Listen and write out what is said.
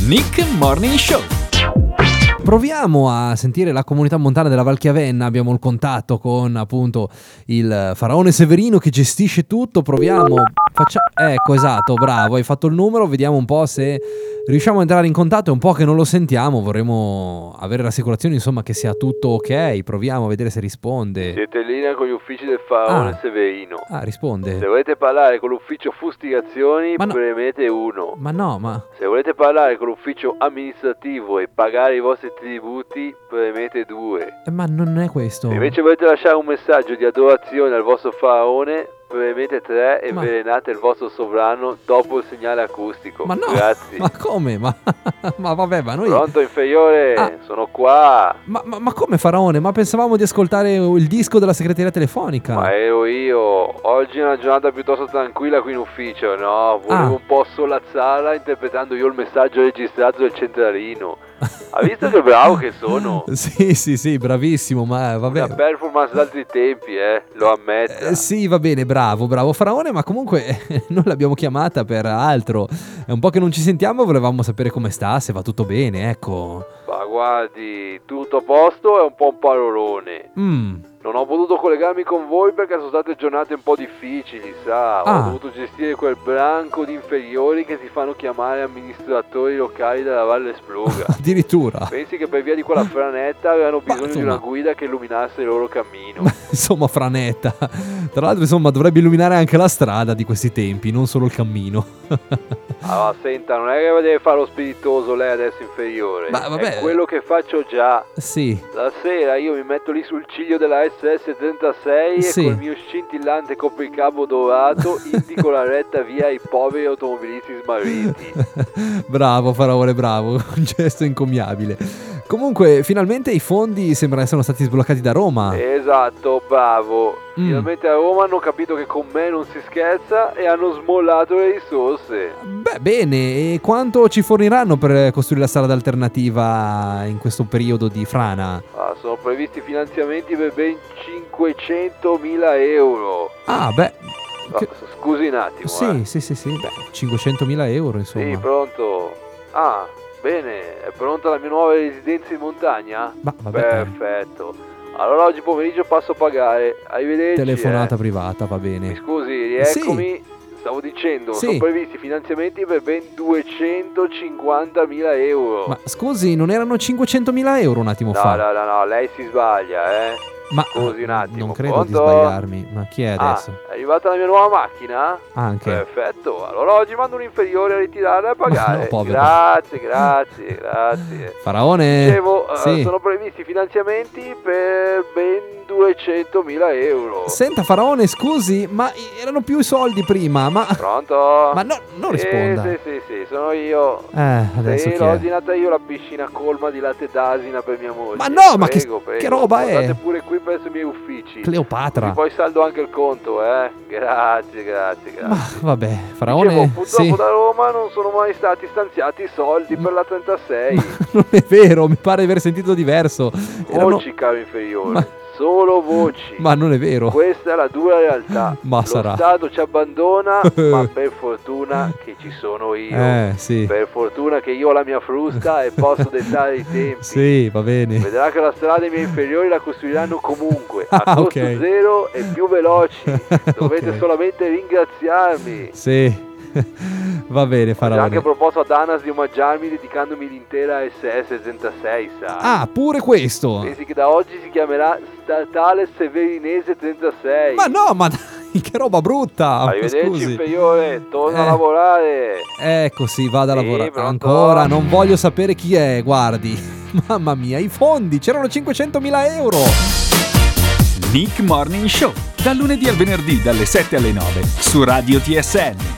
Nick Morning Show. Proviamo a sentire la comunità montana della Val Chiavenna, abbiamo il contatto con appunto il faraone Severino che gestisce tutto, ecco, esatto, bravo, hai fatto il numero, vediamo un po' se riusciamo a entrare in contatto, è un po' che non lo sentiamo, vorremmo avere l'assicurazione insomma che sia tutto ok, proviamo a vedere se risponde. Siete in linea con gli uffici del faraone Severino. Risponde. Se volete parlare con l'ufficio fustigazioni, Ma no. premete 1. Ma no, ma... Se volete parlare con l'ufficio amministrativo e pagare i vostri tributi, premete 2. Ma non è questo. Se invece volete lasciare un messaggio di adorazione al vostro faraone, premete 3 e velenate il vostro sovrano dopo il segnale acustico. Ma no, grazie. ma come? Ma vabbè, ma noi... Pronto inferiore, sono qua. Ma come faraone? Ma pensavamo di ascoltare il disco della segreteria telefonica. Ma ero io. Oggi è una giornata piuttosto tranquilla qui in ufficio, no? Volevo un po' solazzarla interpretando io il messaggio registrato del centralino. Ha visto che bravo che sono? Sì, bravissimo, ma vabbè. Una performance d'altri tempi, lo ammetto. Sì, va bene, bravo faraone, ma comunque noi l'abbiamo chiamata per altro. È un po' che non ci sentiamo, volevamo sapere come sta, se va tutto bene, ecco. Ma guardi, tutto a posto, è un po' un parolone. Non ho potuto collegarmi con voi perché sono state giornate un po' difficili, sa? Ho dovuto gestire quel branco di inferiori che si fanno chiamare amministratori locali della Valle Spluga. Addirittura. Pensi che per via di quella franetta avevano bisogno di una guida che illuminasse il loro cammino. Insomma, franetta. Tra l'altro, insomma, dovrebbe illuminare anche la strada di questi tempi, non solo il cammino. Allora, senta, non è che deve fare lo spiritoso lei adesso inferiore. Ma vabbè. È quello che faccio già. Sì. La sera io mi metto lì sul ciglio della SS36 sì. E col mio scintillante copricavo dorato indico la retta via ai poveri automobilisti smarriti. Bravo faraone, bravo, un gesto incommiabile. Comunque finalmente i fondi sembrano essere stati sbloccati da Roma. Esatto, bravo. Finalmente a Roma hanno capito che con me non si scherza e hanno smollato le risorse. Beh, bene, e quanto ci forniranno per costruire la strada alternativa in questo periodo di frana? Sono previsti finanziamenti per ben 500.000 euro. Scusi un attimo. Sì. Beh, 500.000 euro, insomma. Sì, pronto. Bene, è pronta la mia nuova residenza in montagna? Vabbè. Perfetto. Allora oggi pomeriggio passo a pagare. Arrivederci. Telefonata privata, va bene. Mi scusi, rieccomi. Sì. Stavo dicendo, sono previsti finanziamenti per ben 250.000 euro. Ma scusi, non erano 500.000 euro un attimo fa? No, lei si sbaglia, Ma scusi un attimo. Non credo di sbagliarmi. Ma chi è adesso? È arrivata la mia nuova macchina? Anche. Perfetto. Allora oggi mando un inferiore a ritirarla e a pagare. No, povero. Grazie. Faraone. Dicevo, sono previsti finanziamenti per ben 200.000 euro. Senta faraone, scusi, ma erano più i soldi prima, ma... Pronto? Ma no, non risponda. Sì, sono io. Adesso l'ho ordinata io la piscina colma di latte d'asina per mia moglie. Ma no, ma prego. che roba è? Guardate pure qui presso i miei uffici. Cleopatra. E poi saldo anche il conto, Grazie. Ma vabbè, faraone. Dicevo, purtroppo da Roma non sono mai stati stanziati soldi per la 36. Ma non è vero, mi pare di aver sentito diverso. Voci, caro inferiore. Solo voci. Ma non è vero. Questa è la dura realtà. Ma sarà. Lo Stato ci abbandona, ma per fortuna che ci sono io. Sì. Per fortuna che io ho la mia frusta e posso dettare i tempi. Sì, va bene. Vedrà che la strada i miei inferiori la costruiranno comunque, a costo zero e più veloci. Dovete solamente ringraziarmi. Sì. Va bene, faraone. Ho anche proposto ad Anas di omaggiarmi dedicandomi l'intera SS36, sa? Pure questo. Pensi che da oggi si chiamerà Statale Severinese 36. Ma no, ma dai, che roba brutta. Arrivederci inferiore, torna a lavorare. Ecco, sì, vada a lavorare. Pronto? Ancora, non voglio sapere chi è, guardi. Mamma mia, i fondi, c'erano 500.000 euro. Nick Morning Show, dal lunedì al venerdì dalle 7 alle 9 su Radio TSN.